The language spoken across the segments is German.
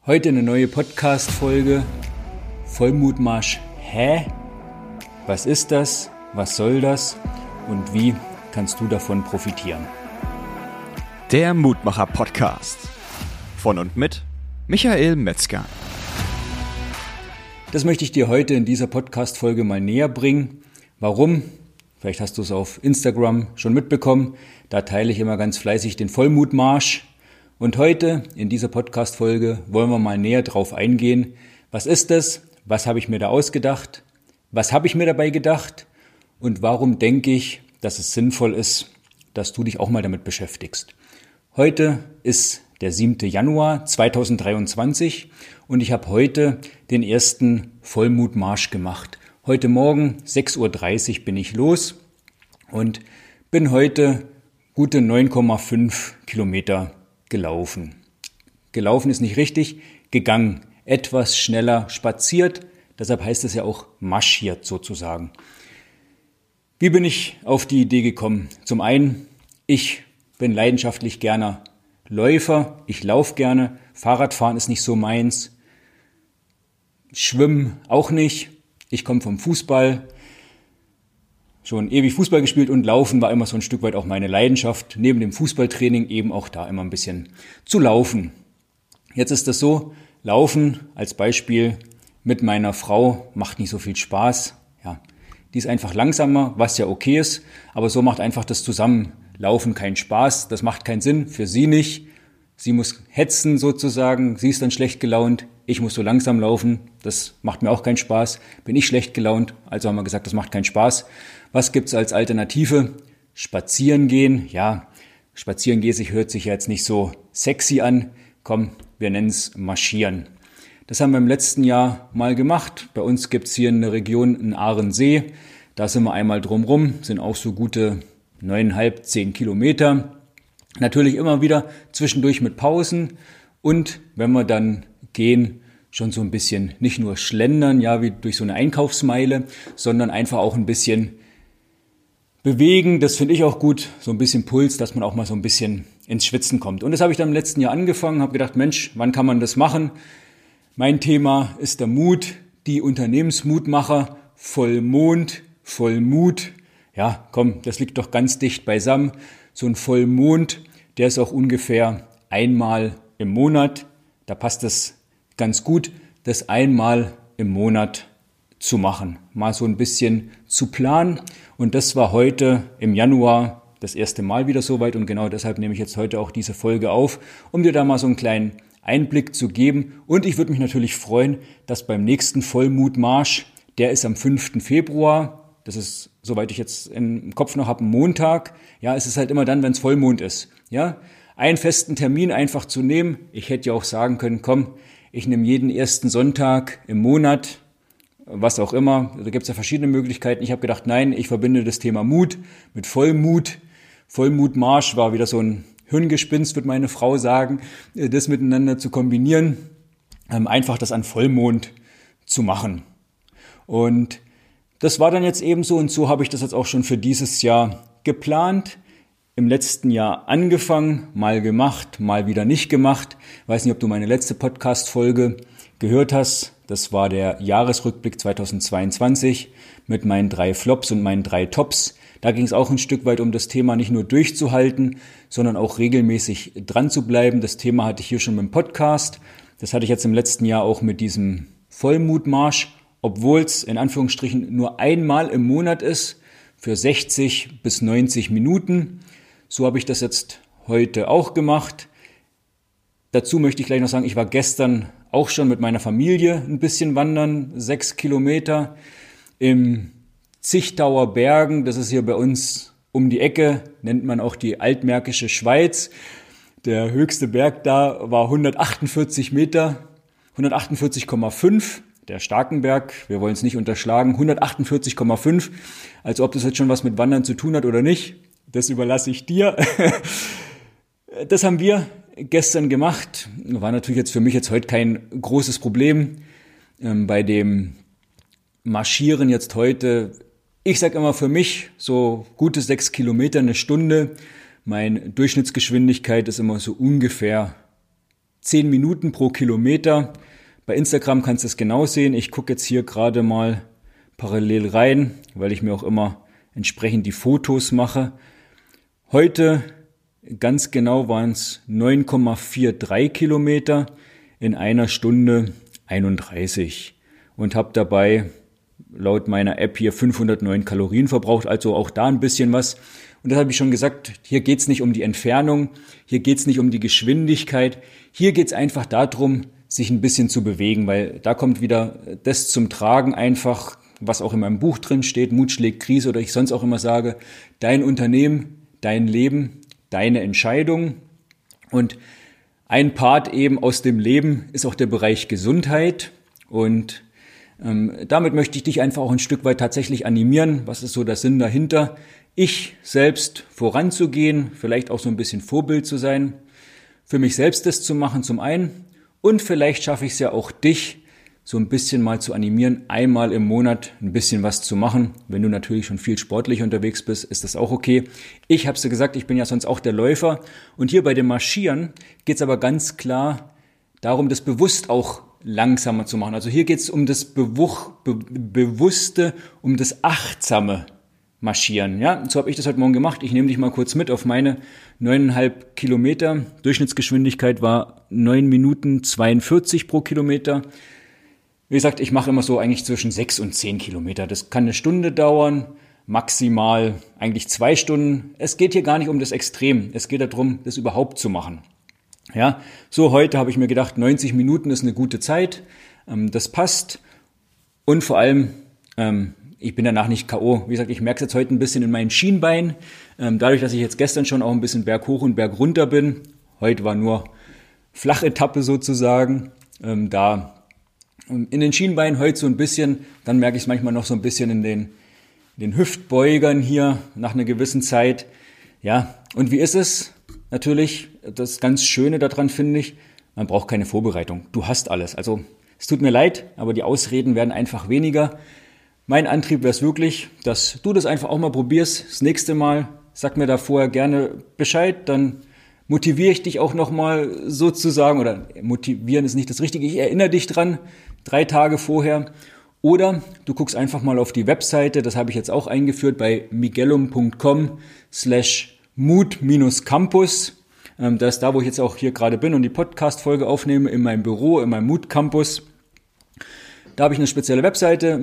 Heute eine neue Podcast-Folge. Vollmutmarsch. Hä? Was ist das? Was soll das? Und wie kannst du davon profitieren? Der Mutmacher-Podcast. Von und mit Michael Metzger. Das möchte ich dir heute in dieser Podcast-Folge mal näher bringen. Warum? Vielleicht hast du es auf Instagram schon mitbekommen. Da teile ich immer ganz fleißig den Vollmutmarsch. Und heute in dieser Podcast-Folge wollen wir mal näher drauf eingehen. Was ist das? Was habe ich mir da ausgedacht? Was habe ich mir dabei gedacht? Und warum denke ich, dass es sinnvoll ist, dass du dich auch mal damit beschäftigst? Heute ist der 7. Januar 2023 und ich habe heute den ersten Vollmutmarsch gemacht. Heute Morgen 6.30 Uhr bin ich los und bin heute gute 9,5 Kilometer gelaufen. Gelaufen ist nicht richtig, gegangen, etwas schneller spaziert, deshalb heißt es ja auch marschiert sozusagen. Wie bin ich auf die Idee gekommen? Zum einen, ich bin leidenschaftlich gerne Läufer, ich laufe gerne, Fahrradfahren ist nicht so meins, Schwimmen auch nicht, ich komme vom Fußball, schon ewig Fußball gespielt und Laufen war immer so ein Stück weit auch meine Leidenschaft. Neben dem Fußballtraining eben auch da immer ein bisschen zu laufen. Jetzt ist das so, Laufen als Beispiel mit meiner Frau macht nicht so viel Spaß. Ja, die ist einfach langsamer, was ja okay ist, aber so macht einfach das Zusammenlaufen keinen Spaß. Das macht keinen Sinn, für sie nicht. Sie muss hetzen sozusagen, sie ist dann schlecht gelaunt. Ich muss so langsam laufen, das macht mir auch keinen Spaß. Bin ich schlecht gelaunt, also haben wir gesagt, das macht keinen Spaß. Was gibt's als Alternative? Spazieren gehen. Ja, spazieren gehen hört sich jetzt nicht so sexy an. Komm, wir nennen es marschieren. Das haben wir im letzten Jahr mal gemacht. Bei uns gibt's hier in der Region einen Ahrensee. Da sind wir einmal drumrum, sind auch so gute 9,5, 10 Kilometer. Natürlich immer wieder zwischendurch mit Pausen. Und wenn wir dann gehen, schon so ein bisschen nicht nur schlendern, ja, wie durch so eine Einkaufsmeile, sondern einfach auch ein bisschen bewegen, das finde ich auch gut, so ein bisschen Puls, dass man auch mal so ein bisschen ins Schwitzen kommt. Und das habe ich dann im letzten Jahr angefangen, habe gedacht, Mensch, wann kann man das machen? Mein Thema ist der Mut, die Unternehmensmutmacher, Vollmond, Vollmut. Ja, komm, das liegt doch ganz dicht beisammen. So ein Vollmond, der ist auch ungefähr einmal im Monat. Da passt es ganz gut, das einmal im Monat zu machen, mal so ein bisschen zu planen. Und das war heute im Januar das erste Mal wieder soweit und genau deshalb nehme ich jetzt heute auch diese Folge auf, um dir da mal so einen kleinen Einblick zu geben. Und ich würde mich natürlich freuen, dass beim nächsten Vollmutmarsch, der ist am 5. Februar, das ist, soweit ich jetzt im Kopf noch habe, ein Montag. Ja, es ist halt immer dann, wenn es Vollmond ist. Ja, einen festen Termin einfach zu nehmen. Ich hätte ja auch sagen können, komm, ich nehme jeden ersten Sonntag im Monat, was auch immer. Da gibt es ja verschiedene Möglichkeiten. Ich habe gedacht, nein, ich verbinde das Thema Mut mit Vollmut. Vollmutmarsch war wieder so ein Hirngespinst, wird meine Frau sagen, das miteinander zu kombinieren, einfach das an Vollmond zu machen. Und das war dann jetzt eben so und so habe ich das jetzt auch schon für dieses Jahr geplant. Im letzten Jahr angefangen, mal gemacht, mal wieder nicht gemacht. Weiß nicht, ob du meine letzte Podcast-Folge gehört hast. Das war der Jahresrückblick 2022 mit meinen 3 Flops und meinen 3 Tops. Da ging es auch ein Stück weit um das Thema, nicht nur durchzuhalten, sondern auch regelmäßig dran zu bleiben. Das Thema hatte ich hier schon mit dem Podcast. Das hatte ich jetzt im letzten Jahr auch mit diesem Vollmutmarsch, obwohl es in Anführungsstrichen nur einmal im Monat ist, für 60 bis 90 Minuten. So habe ich das jetzt heute auch gemacht. Dazu möchte ich gleich noch sagen, ich war gestern auch schon mit meiner Familie ein bisschen wandern, 6 Kilometer im Zichtauer Bergen. Das ist hier bei uns um die Ecke, nennt man auch die Altmärkische Schweiz. Der höchste Berg da war 148 Meter, 148,5. Der Starkenberg, wir wollen es nicht unterschlagen, 148,5. Als ob das jetzt schon was mit Wandern zu tun hat oder nicht. Das überlasse ich dir. Das haben wir gestern gemacht. War natürlich jetzt für mich jetzt heute kein großes Problem. Bei dem Marschieren jetzt heute, ich sage immer für mich, so gute 6 Kilometer, eine Stunde. Meine Durchschnittsgeschwindigkeit ist immer so ungefähr 10 Minuten pro Kilometer. Bei Instagram kannst du es genau sehen. Ich gucke jetzt hier gerade mal parallel rein, weil ich mir auch immer entsprechend die Fotos mache. Heute ganz genau waren es 9,43 Kilometer in 1 Stunde 31 und habe dabei laut meiner App hier 509 Kalorien verbraucht, also auch da ein bisschen was. Und das habe ich schon gesagt, hier geht's nicht um die Entfernung, hier geht's nicht um die Geschwindigkeit, hier geht's einfach darum, sich ein bisschen zu bewegen, weil da kommt wieder das zum Tragen einfach, was auch in meinem Buch drin steht, Mut schlägt Krise, oder ich sonst auch immer sage, dein Unternehmen, dein Leben, deine Entscheidung. Und ein Part eben aus dem Leben ist auch der Bereich Gesundheit, und damit möchte ich dich einfach auch ein Stück weit tatsächlich animieren. Was ist so der Sinn dahinter? Ich selbst voranzugehen, vielleicht auch so ein bisschen Vorbild zu sein, für mich selbst das zu machen zum einen, und vielleicht schaffe ich es ja auch dich, so ein bisschen mal zu animieren, einmal im Monat ein bisschen was zu machen. Wenn du natürlich schon viel sportlich unterwegs bist, ist das auch okay. Ich habe es dir gesagt, ich bin ja sonst auch der Läufer, und hier bei dem Marschieren geht es aber ganz klar darum, das bewusst auch langsamer zu machen. Also hier geht es um das Bewusste, um das achtsame Marschieren. Ja, so habe ich das heute Morgen gemacht. Ich nehme dich mal kurz mit auf meine 9,5 Kilometer. Durchschnittsgeschwindigkeit war 9 Minuten 42 pro Kilometer. Wie gesagt, ich mache immer so eigentlich zwischen 6 und 10 Kilometer. Das kann 1 Stunde dauern, maximal eigentlich 2 Stunden. Es geht hier gar nicht um das Extrem. Es geht darum, das überhaupt zu machen. Ja, so heute habe ich mir gedacht, 90 Minuten ist eine gute Zeit. Das passt. Und vor allem, ich bin danach nicht K.O. Wie gesagt, ich merke es jetzt heute ein bisschen in meinen Schienbeinen. Dadurch, dass ich jetzt gestern schon auch ein bisschen berghoch und bergunter bin. Heute war nur Flachetappe sozusagen. Da in den Schienbeinen heute so ein bisschen. Dann merke ich es manchmal noch so ein bisschen in den Hüftbeugern hier nach einer gewissen Zeit. Ja, und wie ist es? Natürlich, das ganz Schöne daran finde ich, man braucht keine Vorbereitung. Du hast alles. Also es tut mir leid, aber die Ausreden werden einfach weniger. Mein Antrieb wäre es wirklich, dass du das einfach auch mal probierst. Das nächste Mal, sag mir da vorher gerne Bescheid, dann motiviere ich dich auch nochmal sozusagen, oder motivieren ist nicht das Richtige, ich erinnere dich dran, 3 Tage vorher. Oder du guckst einfach mal auf die Webseite, das habe ich jetzt auch eingeführt bei migellum.com/Mut-Campus. Das ist da, wo ich jetzt auch hier gerade bin und die Podcast-Folge aufnehme, in meinem Büro, in meinem Mut-Campus. Da habe ich eine spezielle Webseite,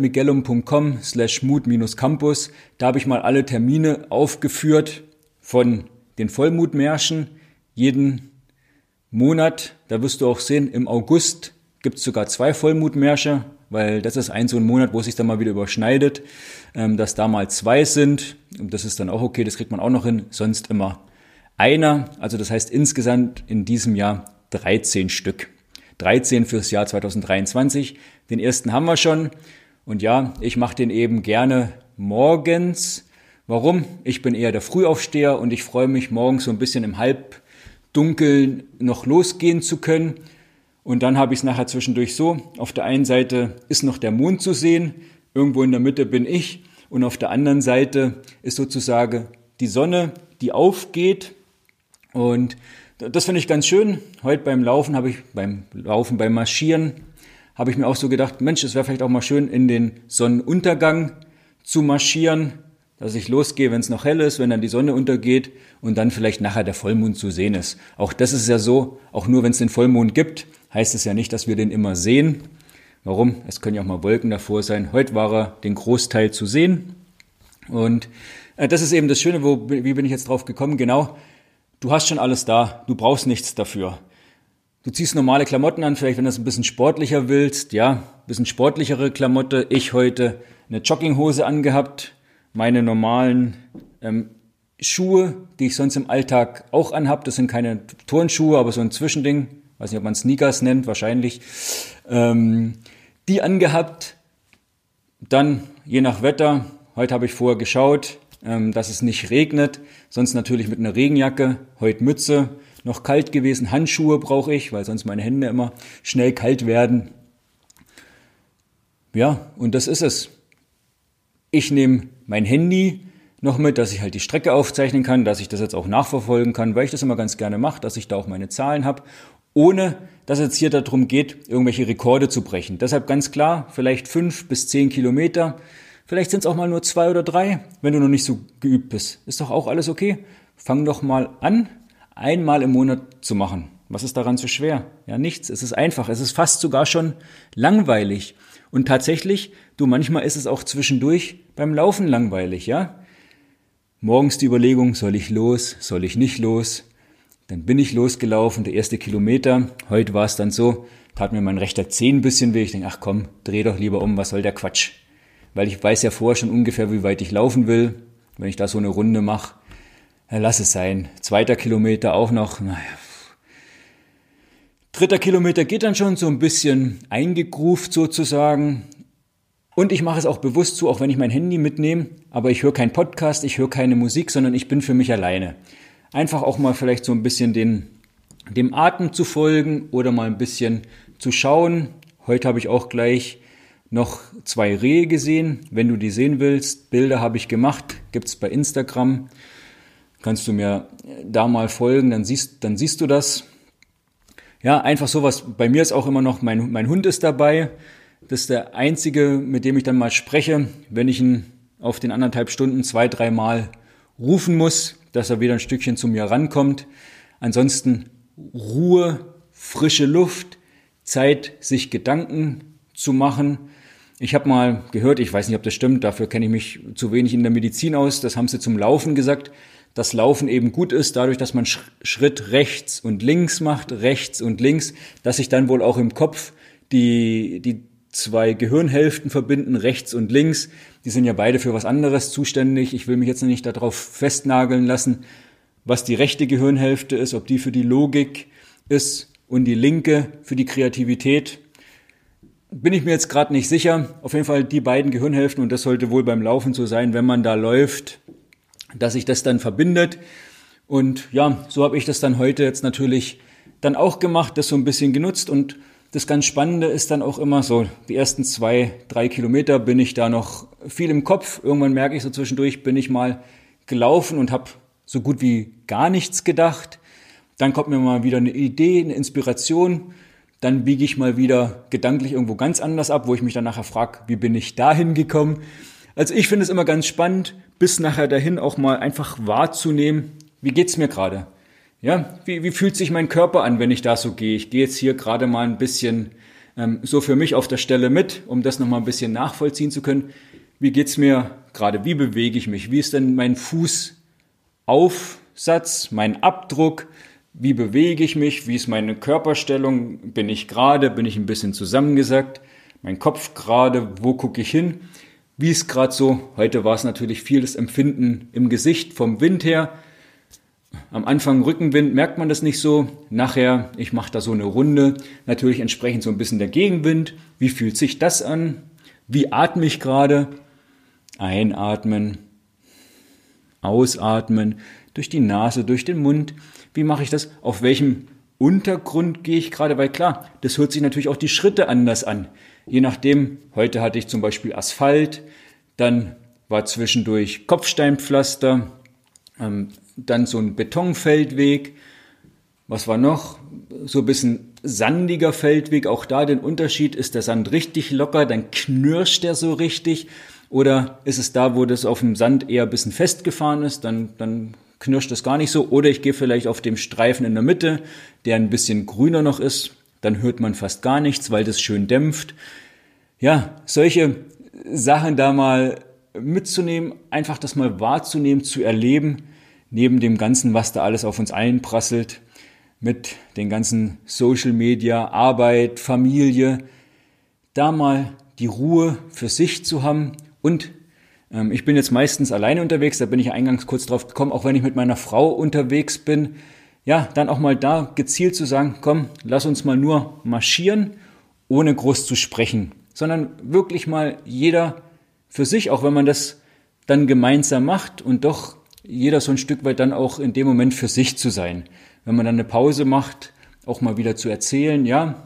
migellum.com/Mut-Campus. Da habe ich mal alle Termine aufgeführt von den Vollmutmärschen. Jeden Monat, da wirst du auch sehen, im August gibt es sogar 2 Vollmutmärsche, weil das ist so ein Monat, wo es sich dann mal wieder überschneidet, dass da mal 2 sind. Und das ist dann auch okay, das kriegt man auch noch hin, sonst immer einer. Also das heißt insgesamt in diesem Jahr 13 Stück. 13 fürs Jahr 2023. Den ersten haben wir schon. Und ja, ich mache den eben gerne morgens. Warum? Ich bin eher der Frühaufsteher und ich freue mich, morgens so ein bisschen im Halbdunkeln noch losgehen zu können. Und dann habe ich es nachher zwischendurch so. Auf der einen Seite ist noch der Mond zu sehen. Irgendwo in der Mitte bin ich. Und auf der anderen Seite ist sozusagen die Sonne, die aufgeht. Und das finde ich ganz schön. Heute beim Marschieren, habe ich mir auch so gedacht, Mensch, es wäre vielleicht auch mal schön, in den Sonnenuntergang zu marschieren, dass ich losgehe, wenn es noch hell ist, wenn dann die Sonne untergeht und dann vielleicht nachher der Vollmond zu sehen ist. Auch das ist ja so, auch nur wenn es den Vollmond gibt, heißt es ja nicht, dass wir den immer sehen. Warum? Es können ja auch mal Wolken davor sein. Heute war er den Großteil zu sehen. Und das ist eben das Schöne, wie bin ich jetzt drauf gekommen? Genau. Du hast schon alles da, du brauchst nichts dafür. Du ziehst normale Klamotten an, vielleicht wenn du das ein bisschen sportlicher willst, ja, ein bisschen sportlichere Klamotte. Ich heute eine Jogginghose angehabt, meine normalen Schuhe, die ich sonst im Alltag auch anhab. Das sind keine Turnschuhe, aber so ein Zwischending, weiß nicht, ob man Sneakers nennt, wahrscheinlich. Die angehabt, dann je nach Wetter, heute habe ich vorher geschaut, dass es nicht regnet, sonst natürlich mit einer Regenjacke, heute Mütze, noch kalt gewesen, Handschuhe brauche ich, weil sonst meine Hände immer schnell kalt werden. Ja, und das ist es. Ich nehme mein Handy noch mit, dass ich halt die Strecke aufzeichnen kann, dass ich das jetzt auch nachverfolgen kann, weil ich das immer ganz gerne mache, dass ich da auch meine Zahlen habe. ohne dass es jetzt hier darum geht, irgendwelche Rekorde zu brechen. Deshalb ganz klar, vielleicht 5 bis 10 Kilometer, vielleicht sind es auch mal nur 2 oder 3, wenn du noch nicht so geübt bist. Ist doch auch alles okay. Fang doch mal an, einmal im Monat zu machen. Was ist daran so schwer? Ja, nichts. Es ist einfach. Es ist fast sogar schon langweilig. Und tatsächlich, manchmal ist es auch zwischendurch beim Laufen langweilig, ja? Morgens die Überlegung, soll ich los, soll ich nicht los? Dann bin ich losgelaufen, der erste Kilometer. Heute war es dann so, tat mir mein rechter Zeh ein bisschen weh. Ich denke, ach komm, dreh doch lieber um, was soll der Quatsch? Weil ich weiß ja vorher schon ungefähr, wie weit ich laufen will. Wenn ich da so eine Runde mache, lass es sein. 2. Kilometer auch noch, 3. Kilometer geht dann schon so ein bisschen eingegroovt sozusagen. Und ich mache es auch bewusst so, auch wenn ich mein Handy mitnehme, aber ich höre keinen Podcast, ich höre keine Musik, sondern ich bin für mich alleine. Einfach auch mal vielleicht so ein bisschen dem Atem zu folgen oder mal ein bisschen zu schauen. Heute habe ich auch gleich noch 2 Rehe gesehen. Wenn du die sehen willst, Bilder habe ich gemacht, gibt's bei Instagram. Kannst du mir da mal folgen, dann siehst du das. Ja, einfach sowas. Bei mir ist auch immer noch, mein Hund ist dabei. Das ist der einzige, mit dem ich dann mal spreche, wenn ich ihn auf den 1,5 Stunden 2-3 Mal rufen muss, dass er wieder ein Stückchen zu mir rankommt. Ansonsten Ruhe, frische Luft, Zeit, sich Gedanken zu machen. Ich habe mal gehört, ich weiß nicht, ob das stimmt, dafür kenne ich mich zu wenig in der Medizin aus, das haben sie zum Laufen gesagt, dass Laufen eben gut ist, dadurch, dass man Schritt rechts und links macht, rechts und links, dass sich dann wohl auch im Kopf die 2 Gehirnhälften verbinden, rechts und links. Die sind ja beide für was anderes zuständig. Ich will mich jetzt noch nicht darauf festnageln lassen, was die rechte Gehirnhälfte ist, ob die für die Logik ist und die linke für die Kreativität. Bin ich mir jetzt gerade nicht sicher. Auf jeden Fall die beiden Gehirnhälften, und das sollte wohl beim Laufen so sein, wenn man da läuft, dass sich das dann verbindet. Und ja, so habe ich das dann heute jetzt natürlich dann auch gemacht, das so ein bisschen genutzt. Und das ganz Spannende ist dann auch immer so, die ersten 2-3 Kilometer bin ich da noch viel im Kopf. Irgendwann merke ich so zwischendurch, bin ich mal gelaufen und habe so gut wie gar nichts gedacht. Dann kommt mir mal wieder eine Idee, eine Inspiration. Dann biege ich mal wieder gedanklich irgendwo ganz anders ab, wo ich mich dann nachher frage, wie bin ich dahin gekommen? Also ich finde es immer ganz spannend, bis nachher dahin auch mal einfach wahrzunehmen, wie geht's mir gerade? Ja, wie fühlt sich mein Körper an, wenn ich da so gehe? Ich gehe jetzt hier gerade mal ein bisschen so für mich auf der Stelle mit, um das nochmal ein bisschen nachvollziehen zu können. Wie geht's mir gerade? Wie bewege ich mich? Wie ist denn mein Fußaufsatz, mein Abdruck? Wie bewege ich mich? Wie ist meine Körperstellung? Bin ich gerade? Bin ich ein bisschen zusammengesackt? Mein Kopf gerade? Wo gucke ich hin? Wie ist gerade so? Heute war es natürlich viel das Empfinden im Gesicht vom Wind her. Am Anfang Rückenwind merkt man das nicht so. Nachher, ich mache da so eine Runde. Natürlich entsprechend so ein bisschen der Gegenwind. Wie fühlt sich das an? Wie atme ich gerade? Einatmen, ausatmen, durch die Nase, durch den Mund. Wie mache ich das? Auf welchem Untergrund gehe ich gerade? Weil klar, das hört sich natürlich auch die Schritte anders an. Je nachdem, heute hatte ich zum Beispiel Asphalt, dann war zwischendurch Kopfsteinpflaster, dann so ein Betonfeldweg. Was war noch? So ein bisschen sandiger Feldweg. Auch da den Unterschied, ist der Sand richtig locker, dann knirscht der so richtig. Oder ist es da, wo das auf dem Sand eher ein bisschen festgefahren ist, dann knirscht das gar nicht so. Oder ich gehe vielleicht auf dem Streifen in der Mitte, der ein bisschen grüner noch ist. Dann hört man fast gar nichts, weil das schön dämpft. Ja, solche Sachen da mal mitzunehmen, einfach das mal wahrzunehmen, zu erleben, neben dem Ganzen, was da alles auf uns einprasselt, mit den ganzen Social Media, Arbeit, Familie, da mal die Ruhe für sich zu haben. Und ich bin jetzt meistens alleine unterwegs, da bin ich eingangs kurz drauf gekommen, auch wenn ich mit meiner Frau unterwegs bin, ja, dann auch mal da gezielt zu sagen, komm, lass uns mal nur marschieren, ohne groß zu sprechen, sondern wirklich mal jeder für sich, auch wenn man das dann gemeinsam macht und doch jeder so ein Stück weit dann auch in dem Moment für sich zu sein. Wenn man dann eine Pause macht, auch mal wieder zu erzählen, ja.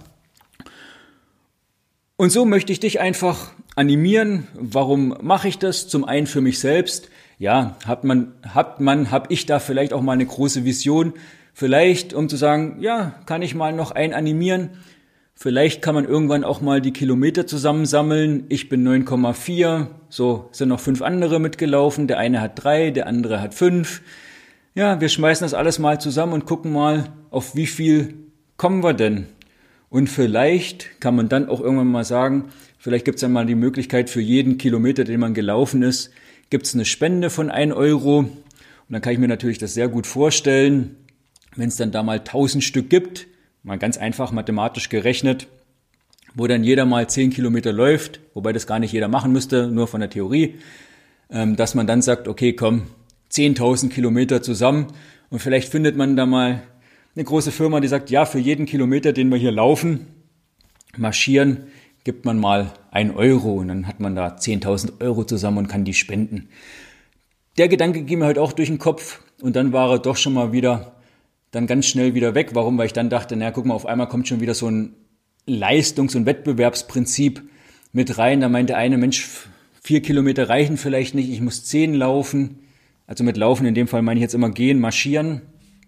Und so möchte ich dich einfach animieren. Warum mache ich das? Zum einen für mich selbst. Ja, hab ich da vielleicht auch mal eine große Vision Vielleicht, um zu sagen, ja, kann ich mal noch einen animieren. Vielleicht kann man irgendwann auch mal die Kilometer zusammensammeln. Ich bin 9,4, so sind noch 5 andere mitgelaufen. Der eine hat 3, der andere hat 5. Ja, wir schmeißen das alles mal zusammen und gucken mal, auf wie viel kommen wir denn. Und vielleicht kann man dann auch irgendwann mal sagen, vielleicht gibt es dann mal die Möglichkeit, für jeden Kilometer, den man gelaufen ist, gibt es eine Spende von 1 Euro. Und dann kann ich mir natürlich das sehr gut vorstellen, wenn es dann da mal 1000 Stück gibt, mal ganz einfach mathematisch gerechnet, wo dann jeder mal 10 Kilometer läuft, wobei das gar nicht jeder machen müsste, nur von der Theorie, dass man dann sagt, okay, komm, 10.000 Kilometer zusammen und vielleicht findet man da mal eine große Firma, die sagt, ja, für jeden Kilometer, den wir hier laufen, marschieren, gibt man mal 1 Euro und dann hat man da 10.000 Euro zusammen und kann die spenden. Der Gedanke ging mir heute auch durch den Kopf und dann war er doch schon mal wieder dann ganz schnell wieder weg. Warum? Weil ich dann dachte, na guck mal, auf einmal kommt schon wieder so ein Leistungs- und Wettbewerbsprinzip mit rein. Da meinte eine, Mensch, 4 Kilometer reichen vielleicht nicht, ich muss 10 laufen. Also mit Laufen in dem Fall meine ich jetzt immer gehen, marschieren.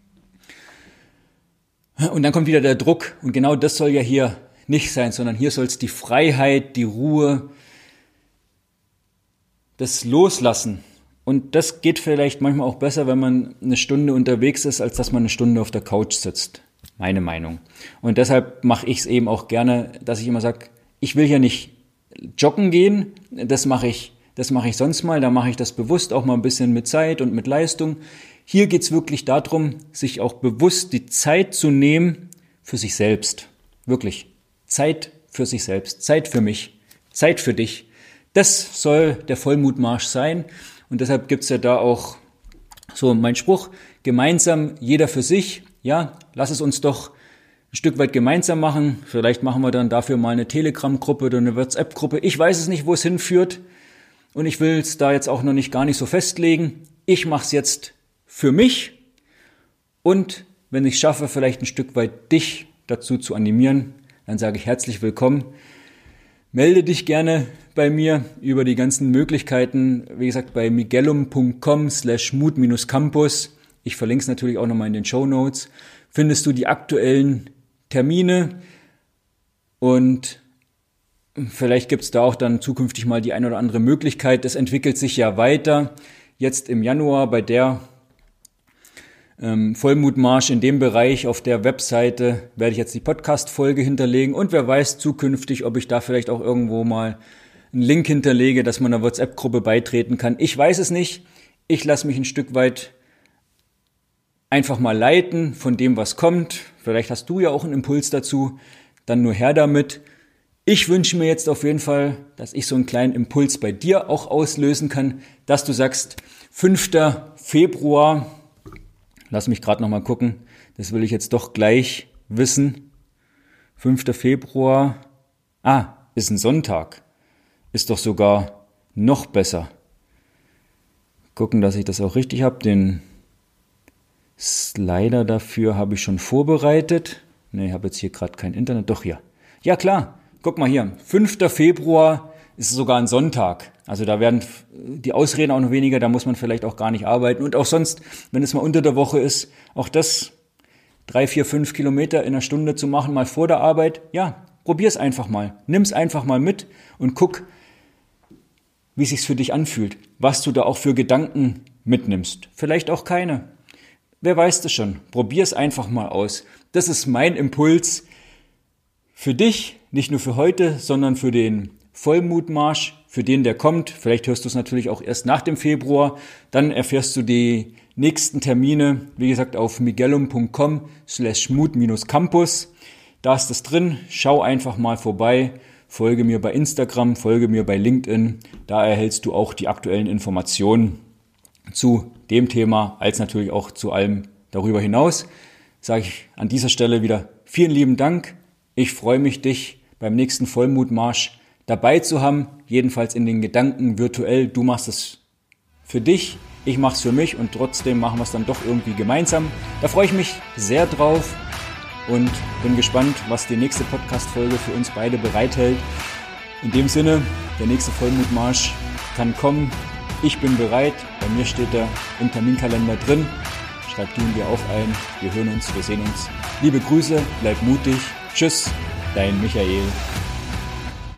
Und dann kommt wieder der Druck und genau das soll ja hier nicht sein, sondern hier soll es die Freiheit, die Ruhe, das Loslassen. Und das geht vielleicht manchmal auch besser, wenn man eine Stunde unterwegs ist, als dass man eine Stunde auf der Couch sitzt. Meine Meinung. Und deshalb mache ich es eben auch gerne, dass ich immer sage, ich will ja nicht joggen gehen, das mache ich sonst mal, da mache ich das bewusst, auch mal ein bisschen mit Zeit und mit Leistung. Hier geht es wirklich darum, sich auch bewusst die Zeit zu nehmen für sich selbst. Wirklich. Zeit für sich selbst, Zeit für mich, Zeit für dich. Das soll der Vollmutmarsch sein. Und deshalb gibt's ja da auch so mein Spruch, gemeinsam, jeder für sich. Ja, lass es uns doch ein Stück weit gemeinsam machen. Vielleicht machen wir dann dafür mal eine Telegram-Gruppe oder eine WhatsApp-Gruppe. Ich weiß es nicht, wo es hinführt. Und ich will es da jetzt auch noch gar nicht so festlegen. Ich mache es jetzt für mich. Und wenn ich es schaffe, vielleicht ein Stück weit dich dazu zu animieren, dann sage ich herzlich willkommen. Melde dich gerne bei mir über die ganzen Möglichkeiten, wie gesagt, bei miguelum.com/mut-campus. Ich verlinke es natürlich auch nochmal in den Shownotes. Findest du die aktuellen Termine und vielleicht gibt es da auch dann zukünftig mal die ein oder andere Möglichkeit. Das entwickelt sich ja weiter. Jetzt im Januar bei der Vollmutmarsch in dem Bereich auf der Webseite werde ich jetzt die Podcast-Folge hinterlegen und wer weiß zukünftig, ob ich da vielleicht auch irgendwo mal einen Link hinterlege, dass man einer WhatsApp-Gruppe beitreten kann. Ich weiß es nicht. Ich lasse mich ein Stück weit einfach mal leiten von dem, was kommt. Vielleicht hast du ja auch einen Impuls dazu. Dann nur her damit. Ich wünsche mir jetzt auf jeden Fall, dass ich so einen kleinen Impuls bei dir auch auslösen kann, dass du sagst, 5. Februar, lass mich gerade nochmal gucken, das will ich jetzt doch gleich wissen. 5. Februar, ist ein Sonntag, ist doch sogar noch besser. Gucken, dass ich das auch richtig habe, den Slider dafür habe ich schon vorbereitet. Ne, ich habe jetzt hier gerade kein Internet, doch hier. Ja klar, guck mal hier, 5. Februar ist sogar ein Sonntag. Also da werden die Ausreden auch noch weniger, da muss man vielleicht auch gar nicht arbeiten. Und auch sonst, wenn es mal unter der Woche ist, auch das 3, 4, 5 Kilometer in einer Stunde zu machen, mal vor der Arbeit, ja, probier's einfach mal. Nimm's einfach mal mit und guck, wie sich's für dich anfühlt. Was du da auch für Gedanken mitnimmst. Vielleicht auch keine. Wer weiß das schon. Probier's einfach mal aus. Das ist mein Impuls für dich, nicht nur für heute, sondern für den Vollmutmarsch, für den, der kommt. Vielleicht hörst du es natürlich auch erst nach dem Februar. Dann erfährst du die nächsten Termine, wie gesagt, auf miguelum.com/mut-campus. Da ist es drin. Schau einfach mal vorbei. Folge mir bei Instagram, folge mir bei LinkedIn. Da erhältst du auch die aktuellen Informationen zu dem Thema, als natürlich auch zu allem darüber hinaus. Sage ich an dieser Stelle wieder vielen lieben Dank. Ich freue mich, dich beim nächsten Vollmutmarsch dabei zu haben, jedenfalls in den Gedanken virtuell. Du machst es für dich, ich mache es für mich und trotzdem machen wir es dann doch irgendwie gemeinsam. Da freue ich mich sehr drauf und bin gespannt, was die nächste Podcast-Folge für uns beide bereithält. In dem Sinne, der nächste Vollmutmarsch kann kommen. Ich bin bereit, bei mir steht er im Terminkalender drin. Schreib du und wir auch ein. Wir hören uns, wir sehen uns. Liebe Grüße, bleib mutig. Tschüss, dein Michael.